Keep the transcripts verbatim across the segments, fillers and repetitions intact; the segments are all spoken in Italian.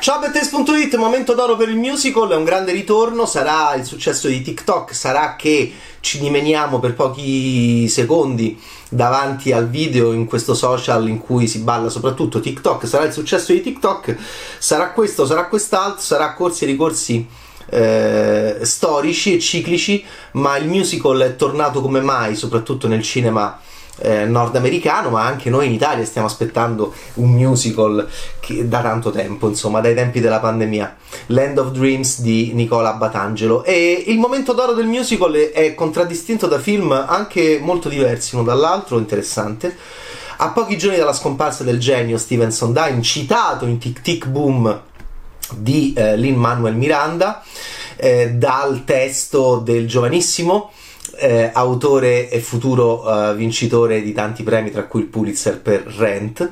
Ciao Bettes punto it, momento d'oro per il musical, è un grande ritorno, sarà il successo di TikTok, sarà che ci dimeniamo per pochi secondi davanti al video in questo social in cui si balla soprattutto TikTok, sarà il successo di TikTok, sarà questo, sarà quest'altro, sarà corsi e ricorsi eh, storici e ciclici, ma il musical è tornato come mai, soprattutto nel cinema Eh, nordamericano, ma anche noi in Italia stiamo aspettando un musical che, da tanto tempo, insomma dai tempi della pandemia, Land of Dreams di Nicola Batangelo. E il momento d'oro del musical è, è contraddistinto da film anche molto diversi uno dall'altro, interessante. A pochi giorni dalla scomparsa del genio Stephen Sondheim, citato in Tic Tic Boom di eh, Lin-Manuel Miranda, eh, dal testo del giovanissimo Eh, autore e futuro uh, vincitore di tanti premi, tra cui il Pulitzer per Rent,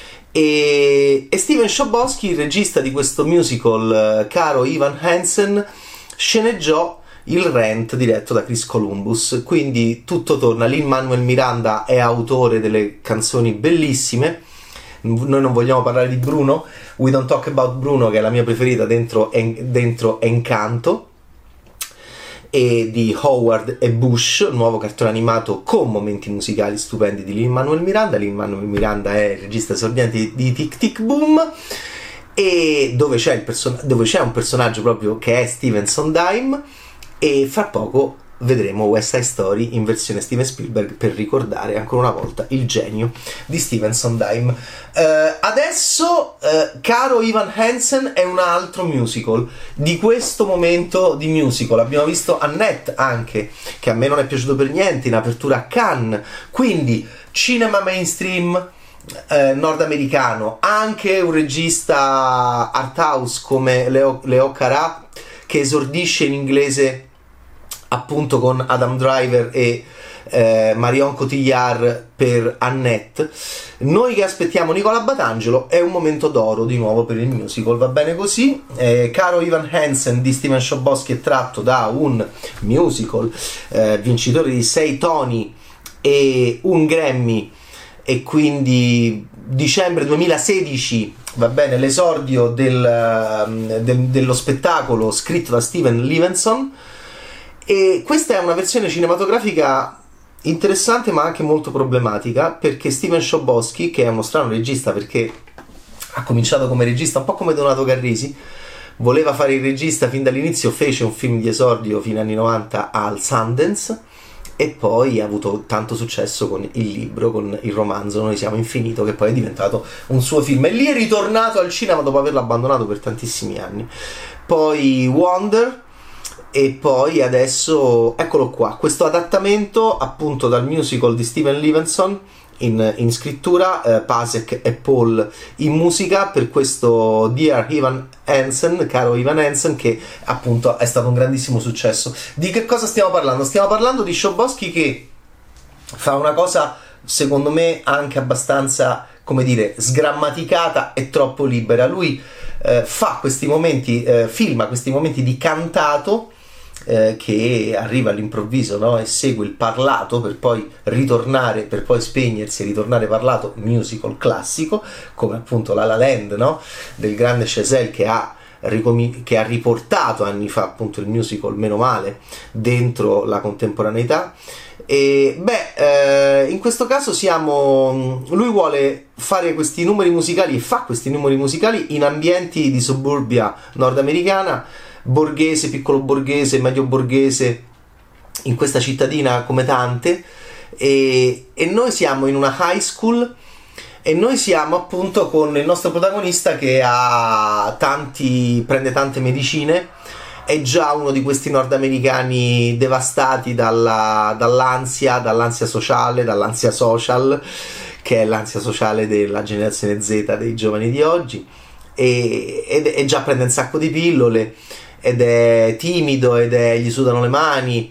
e, e Steven Chbosky, il regista di questo musical, uh, caro Ivan Hansen, sceneggiò il Rent diretto da Chris Columbus, quindi tutto torna. Lin-Manuel Miranda è autore delle canzoni bellissime. Noi non vogliamo parlare di Bruno, We Don't Talk About Bruno, che è la mia preferita dentro, en- dentro Encanto, e di Howard e Bush, un nuovo cartone animato con momenti musicali stupendi di Lin-Manuel Miranda. Lin-Manuel Miranda è il regista esordiente di, di Tic Tic Boom, e dove c'è, il person- dove c'è un personaggio proprio che è Steven Sondheim, e fra poco vedremo West Side Story in versione Steven Spielberg per ricordare ancora una volta il genio di Steven Sondheim. Uh, adesso, uh, caro Ivan Hansen, è un altro musical di questo momento di musical. Abbiamo visto Annette anche, che a me non è piaciuto per niente, in apertura a Cannes, quindi cinema mainstream eh, nordamericano, anche un regista art house come Leo, Leo Carà, che esordisce in inglese appunto con Adam Driver e eh, Marion Cotillard per Annette. Noi che aspettiamo Nicola Batangelo, è un momento d'oro di nuovo per il musical, va bene così. Eh, caro Ivan Hansen di Steven Chbosky è tratto da un musical eh, vincitore di sei Tony e un Grammy, e quindi dicembre duemilasedici, va bene, l'esordio del, del, dello spettacolo scritto da Steven Levenson. E questa è una versione cinematografica interessante ma anche molto problematica, perché Steven Chbosky, che è uno strano regista perché ha cominciato come regista un po' come Donato Carrisi, voleva fare il regista fin dall'inizio, fece un film di esordio fino agli anni novanta al Sundance e poi ha avuto tanto successo con il libro, con il romanzo Noi siamo infinito, che poi è diventato un suo film, e lì è ritornato al cinema dopo averlo abbandonato per tantissimi anni. Poi Wonder, e poi adesso eccolo qua, questo adattamento appunto dal musical di Steven Levenson in, in scrittura, eh, Pasek e Paul in musica, per questo Dear Ivan Hansen, caro Ivan Hansen, che appunto è stato un grandissimo successo. Di che cosa stiamo parlando? Stiamo parlando di Chbosky, che fa una cosa secondo me anche abbastanza, come dire, sgrammaticata e troppo libera. Lui eh, fa questi momenti, eh, filma questi momenti di cantato Eh, che arriva all'improvviso, no? E segue il parlato per poi ritornare, per poi spegnersi e ritornare parlato, musical classico come appunto La La Land, no? Del grande Chazelle, che ha, ricomi- che ha riportato anni fa appunto il musical, meno male, dentro la contemporaneità. E beh, eh, in questo caso siamo, lui vuole fare questi numeri musicali e fa questi numeri musicali in ambienti di suburbia nordamericana, borghese, piccolo borghese, medio borghese, in questa cittadina come tante, e, e noi siamo in una high school, e noi siamo appunto con il nostro protagonista che ha tanti, prende tante medicine, è già uno di questi nordamericani devastati dalla, dall'ansia, dall'ansia sociale, dall'ansia social, che è l'ansia sociale della generazione Z, dei giovani di oggi, e, ed è già prende un sacco di pillole, ed è timido, ed è, gli sudano le mani,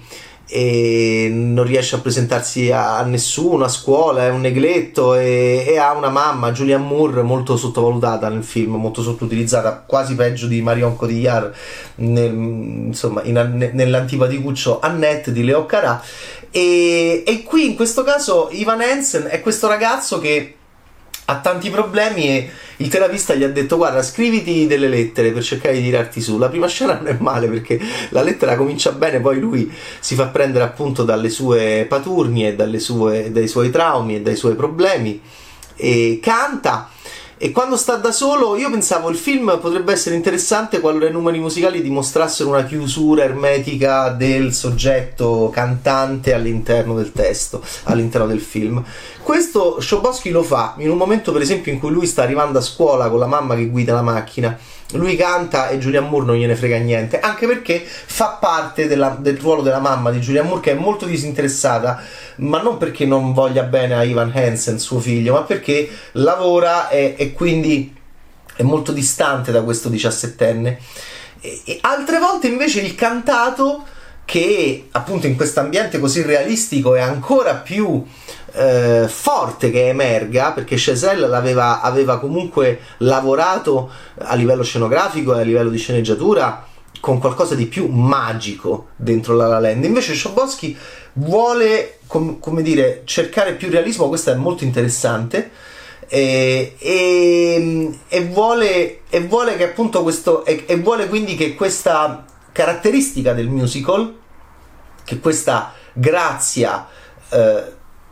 e non riesce a presentarsi a, a nessuno a scuola, è un negletto, e, e ha una mamma, Julianne Moore, molto sottovalutata nel film, molto sottoutilizzata, quasi peggio di Marion Cotillard nel, insomma in, nell'antipaticuccio Annette di Leo Carà. E, e qui in questo caso Ivan Hansen è questo ragazzo che ha tanti problemi e il terapista gli ha detto: guarda, scriviti delle lettere per cercare di tirarti su. La prima scena non è male perché la lettera comincia bene, poi lui si fa prendere appunto dalle sue paturnie, dalle sue, dai suoi traumi e dai suoi problemi e canta. E quando sta da solo, io pensavo il film potrebbe essere interessante qualora i numeri musicali dimostrassero una chiusura ermetica del soggetto cantante all'interno del testo, all'interno del film. Questo Chbosky lo fa in un momento, per esempio, in cui lui sta arrivando a scuola con la mamma che guida la macchina. Lui canta e Julianne Moore non gliene frega niente, anche perché fa parte della, del ruolo della mamma di Julianne Moore, che è molto disinteressata, ma non perché non voglia bene a Evan Hansen, suo figlio, ma perché lavora e, e quindi è molto distante da questo diciassettenne. E, e altre volte invece il cantato, che appunto in questo ambiente così realistico è ancora più eh, forte che emerga, perché Chazelle l'aveva, aveva comunque lavorato a livello scenografico e a livello di sceneggiatura con qualcosa di più magico dentro La La Land. Invece Chbosky vuole, com- come dire, cercare più realismo. Questo è molto interessante. E, e, e, vuole, e vuole che appunto questo e, e vuole quindi che questa caratteristica del musical, che questa grazia eh,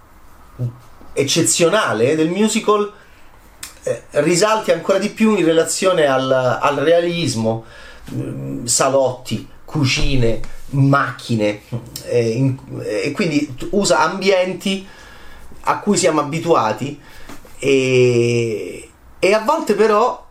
eccezionale del musical eh, risalti ancora di più in relazione al, al realismo, mh, salotti, cucine, macchine, eh, in, e quindi usa ambienti a cui siamo abituati e, e a volte però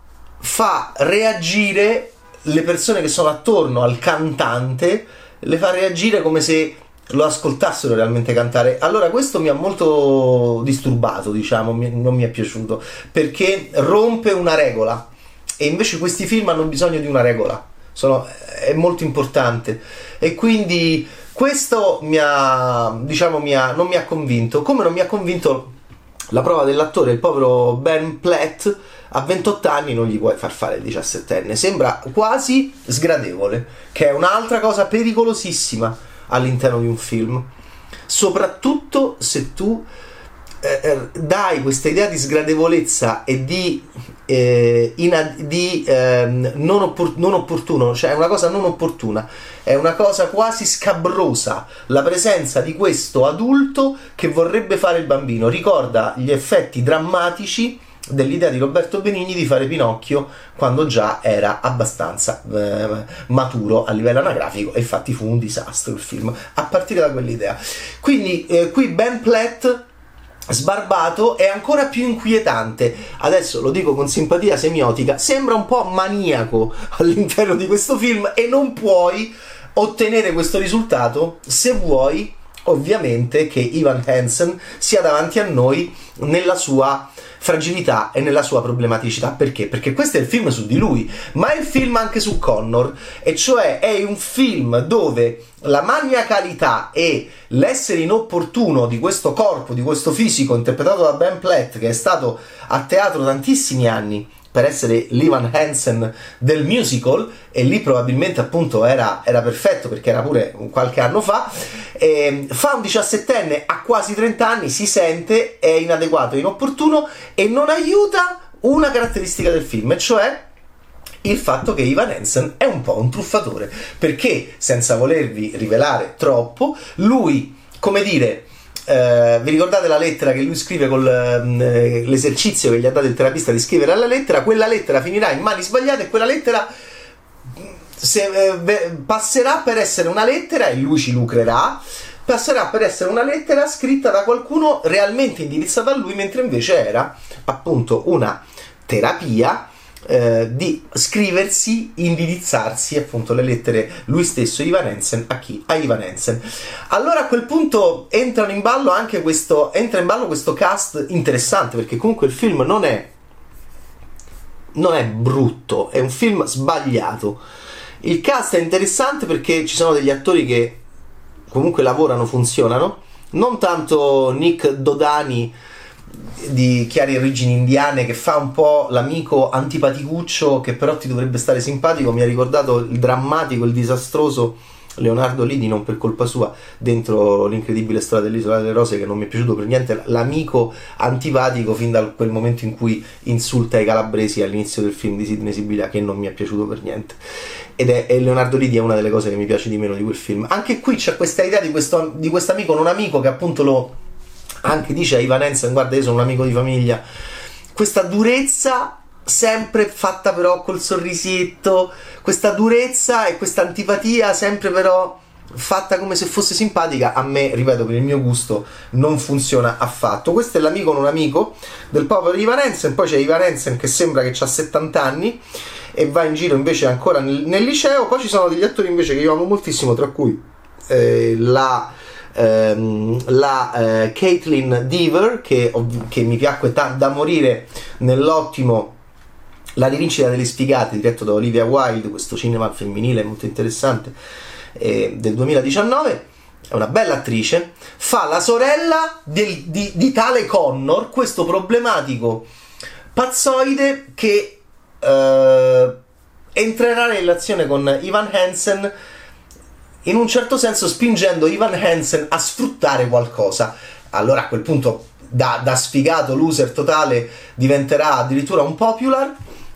fa reagire le persone che sono attorno al cantante, le fa reagire come se lo ascoltassero realmente cantare. Allora questo mi ha molto disturbato, diciamo, mi, non mi è piaciuto, perché rompe una regola, e invece questi film hanno bisogno di una regola, sono, è molto importante, e quindi questo mi ha, diciamo, mi ha, non mi ha convinto, come non mi ha convinto la prova dell'attore, il povero Ben Platt. A ventotto anni non gli puoi far fare il diciassettenne, sembra quasi sgradevole, che è un'altra cosa pericolosissima all'interno di un film, soprattutto se tu eh, dai questa idea di sgradevolezza e di, eh, in, di eh, non, oppor- non opportuno, cioè è una cosa non opportuna, è una cosa quasi scabrosa, la presenza di questo adulto che vorrebbe fare il bambino. Ricorda gli effetti drammatici dell'idea di Roberto Benigni di fare Pinocchio quando già era abbastanza eh, maturo a livello anagrafico, e infatti fu un disastro il film a partire da quell'idea. Quindi eh, qui Ben Platt sbarbato è ancora più inquietante. Adesso lo dico con simpatia semiotica, sembra un po' maniaco all'interno di questo film, e non puoi ottenere questo risultato se vuoi ovviamente che Evan Hansen sia davanti a noi nella sua fragilità e nella sua problematicità. Perché? Perché questo è il film su di lui, ma è il film anche su Connor, e cioè è un film dove la maniacalità e l'essere inopportuno di questo corpo, di questo fisico interpretato da Ben Platt, che è stato a teatro tantissimi anni per essere l'Evan Hansen del musical, e lì probabilmente appunto era, era perfetto perché era pure qualche anno fa, e fa un diciassettenne a quasi trenta anni, si sente, è inadeguato, è inopportuno e non aiuta una caratteristica del film, e cioè il fatto che Evan Hansen è un po' un truffatore, perché senza volervi rivelare troppo, lui, come dire, Uh, vi ricordate la lettera che lui scrive con uh, l'esercizio che gli ha dato il terapista di scrivere alla lettera? Quella lettera finirà in mani sbagliate, e quella lettera se, uh, passerà per essere una lettera, e lui ci lucrerà, passerà per essere una lettera scritta da qualcuno realmente indirizzata a lui, mentre invece era appunto una terapia eh, di scriversi, indirizzarsi appunto le lettere lui stesso, Evan Hansen, a chi? A Evan Hansen. Allora a quel punto entrano in ballo anche questo entra in ballo questo cast interessante, perché comunque il film non è non è brutto, è un film sbagliato. Il cast è interessante perché ci sono degli attori che comunque lavorano, funzionano, non tanto Nick Dodani di chiare origini indiane, che fa un po' l'amico antipaticuccio che però ti dovrebbe stare simpatico. Mi ha ricordato il drammatico, il disastroso Leonardo Lidi, non per colpa sua, dentro L'incredibile storia dell'Isola delle Rose, che non mi è piaciuto per niente, l'amico antipatico fin da quel momento in cui insulta i calabresi all'inizio del film di Sidney Sibilla, che non mi è piaciuto per niente. Ed è, e Leonardo Lidi è una delle cose che mi piace di meno di quel film. Anche qui c'è questa idea di questo di quest'amico non amico, che appunto lo anche dice a Ivan Hansen: guarda, io sono un amico di famiglia. Questa durezza sempre fatta però col sorrisetto, questa durezza e questa antipatia sempre però fatta come se fosse simpatica, a me, ripeto, per il mio gusto non funziona affatto. Questo è l'amico non amico del povero Ivan Hansen. Poi c'è Ivan Hansen che sembra che ha settanta anni e va in giro invece ancora nel, nel liceo. Poi ci sono degli attori invece che io amo moltissimo, tra cui eh, la ehm, la eh, Caitlin Dever, che, che mi piacque ta- da morire nell'ottimo La rivincita delle sfigate, diretto da Olivia Wilde, questo cinema femminile molto interessante eh, del duemiladiciannove. È una bella attrice, fa la sorella del, di, di tale Connor, questo problematico pazzoide che eh, entrerà in relazione con Ivan Hansen, in un certo senso spingendo Ivan Hansen a sfruttare qualcosa. Allora a quel punto da, da sfigato, loser totale, diventerà addirittura un popular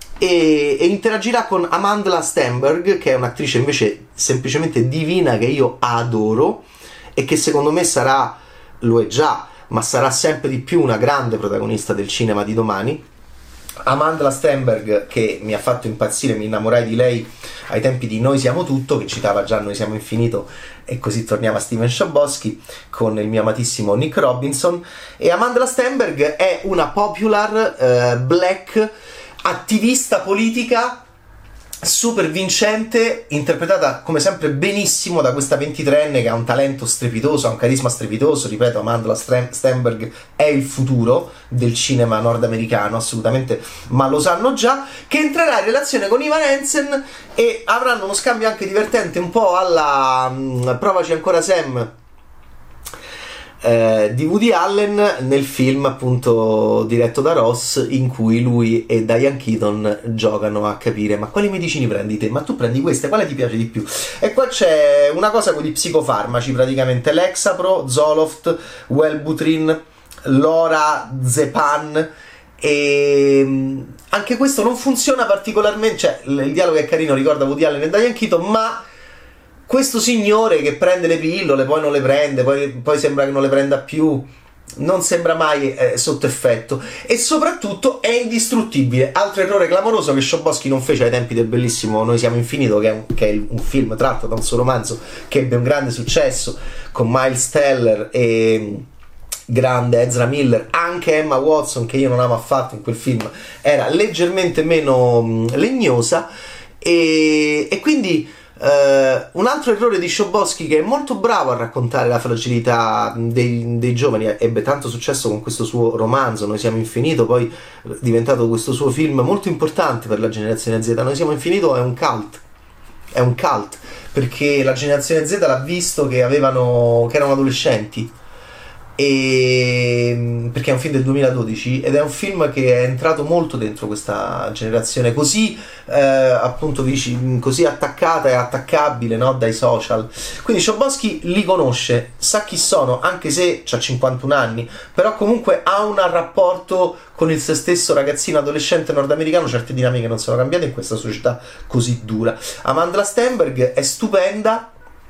e, e interagirà con Amandla Stenberg, che è un'attrice invece semplicemente divina, che io adoro e che secondo me sarà, lo è già, ma sarà sempre di più una grande protagonista del cinema di domani. Amandla Stenberg, che mi ha fatto impazzire, mi innamorai di lei ai tempi di Noi siamo tutto, che citava già Noi siamo infinito, e così torniamo a Steven Chbosky con il mio amatissimo Nick Robinson. E Amandla Stenberg è una popular eh, black attivista politica super vincente, interpretata come sempre benissimo da questa ventitreenne che ha un talento strepitoso, ha un carisma strepitoso. Ripeto, Amandla Stenberg è il futuro del cinema nordamericano, assolutamente, ma lo sanno già, che entrerà in relazione con Ivan Hansen e avranno uno scambio anche divertente, un po' alla mh, Provaci ancora Sam Eh, di Woody Allen, nel film appunto diretto da Ross, in cui lui e Diane Keaton giocano a capire: ma quali medicine prendi te? Ma tu prendi queste, quale ti piace di più? E qua c'è una cosa con gli psicofarmaci, praticamente Lexapro, Zoloft, Wellbutrin, Lorazepam, e anche questo non funziona particolarmente, cioè il dialogo è carino, ricorda Woody Allen e Diane Keaton, ma questo signore che prende le pillole, poi non le prende, poi, poi sembra che non le prenda più, non sembra mai eh, sotto effetto, e soprattutto è indistruttibile. Altro errore clamoroso che Chbosky non fece ai tempi del bellissimo Noi siamo infinito, che è un, che è un film tratto da un suo romanzo che ebbe un grande successo con Miles Teller e grande Ezra Miller, anche Emma Watson, che io non amo affatto in quel film, era leggermente meno mh, legnosa, e, e quindi Uh, un altro errore di Chbosky, che è molto bravo a raccontare la fragilità dei, dei giovani, ebbe tanto successo con questo suo romanzo Noi siamo infinito, poi è diventato questo suo film molto importante per la generazione Z. Noi siamo infinito è un cult, è un cult perché la generazione Z l'ha visto che avevano, che erano adolescenti, e perché è un film del duemiladodici ed è un film che è entrato molto dentro questa generazione così eh, appunto vici, così attaccata e attaccabile, no, dai social. Quindi Chbosky li conosce, sa chi sono, anche se ha cinquantuno anni, però comunque ha un rapporto con il se stesso ragazzino adolescente nordamericano. Certe dinamiche non sono cambiate in questa società così dura. Amandla Stenberg è stupenda,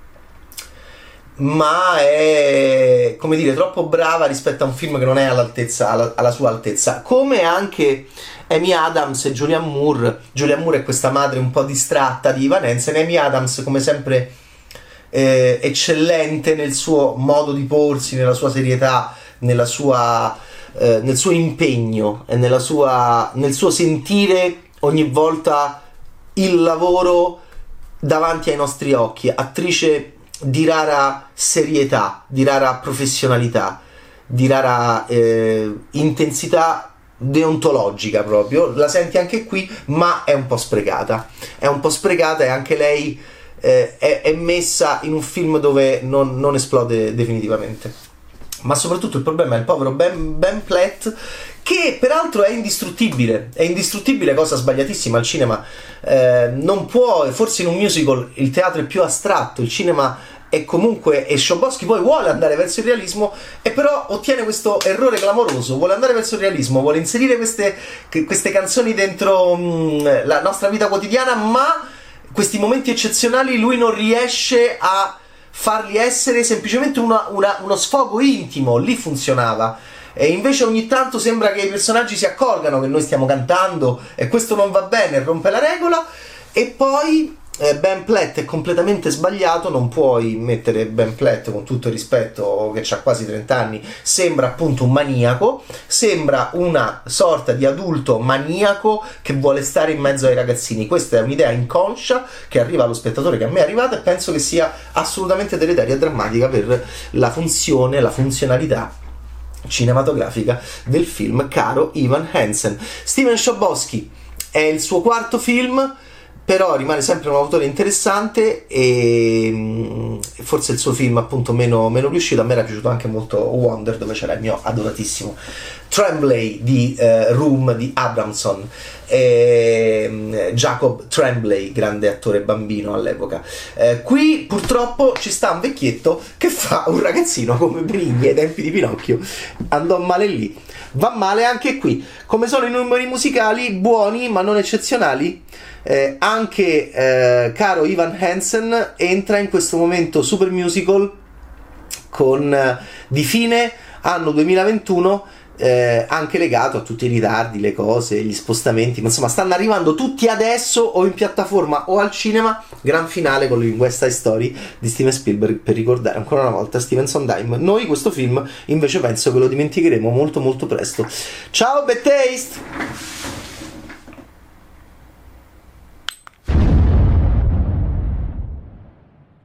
ma è, come dire, troppo brava rispetto a un film che non è all'altezza, alla, alla sua altezza, come anche Amy Adams e Julianne Moore. Julianne Moore è questa madre un po' distratta di Ivan Hansen, Amy Adams come sempre eh, eccellente nel suo modo di porsi, nella sua serietà, nella sua, eh, nel suo impegno e nella sua, nel suo sentire ogni volta il lavoro davanti ai nostri occhi. Attrice di rara serietà, di rara professionalità, di rara eh, intensità deontologica proprio. La senti anche qui, ma è un po' sprecata. È un po' sprecata e anche lei eh, è, è messa in un film dove non, non esplode definitivamente. Ma soprattutto il problema è il povero Ben, Ben Platt, che peraltro è indistruttibile, è indistruttibile, cosa sbagliatissima al cinema. Eh, non può, forse in un musical il teatro è più astratto, il cinema è comunque, e Chbosky poi vuole andare verso il realismo, e però ottiene questo errore clamoroso, vuole andare verso il realismo, vuole inserire queste, queste canzoni dentro mh, la nostra vita quotidiana, ma questi momenti eccezionali lui non riesce a farli essere semplicemente una, una, uno sfogo intimo. Lì funzionava, e invece ogni tanto sembra che i personaggi si accorgano che noi stiamo cantando e questo non va bene, rompe la regola. E poi eh, Ben Platt è completamente sbagliato, non puoi mettere Ben Platt, con tutto il rispetto, che ha quasi trenta anni, sembra appunto un maniaco, sembra una sorta di adulto maniaco che vuole stare in mezzo ai ragazzini. Questa è un'idea inconscia che arriva allo spettatore, che a me è arrivata, e penso che sia assolutamente deleteria e drammatica per la funzione, la funzionalità cinematografica del film, caro Ivan Hansen. Steven Chbosky è il suo quarto film, però rimane sempre un autore interessante, e forse il suo film appunto meno, meno riuscito. A me era piaciuto anche molto Wonder, dove c'era il mio adoratissimo Tremblay di eh, Room di Abramson, e Jacob Tremblay, grande attore bambino all'epoca. Eh, qui purtroppo ci sta un vecchietto che fa un ragazzino come Benigni ai tempi di Pinocchio. Andò male lì, va male anche qui. Come sono i numeri musicali? Buoni ma non eccezionali. Eh, anche eh, caro Ivan Hansen entra in questo momento super musical con eh, di fine anno duemilaventuno, eh, anche legato a tutti i ritardi, le cose, gli spostamenti, ma insomma stanno arrivando tutti adesso, o in piattaforma o al cinema. Gran finale con il West Side Story di Steven Spielberg, per ricordare ancora una volta Steven Sondheim. Noi questo film invece penso che lo dimenticheremo molto molto presto. Ciao, bad taste!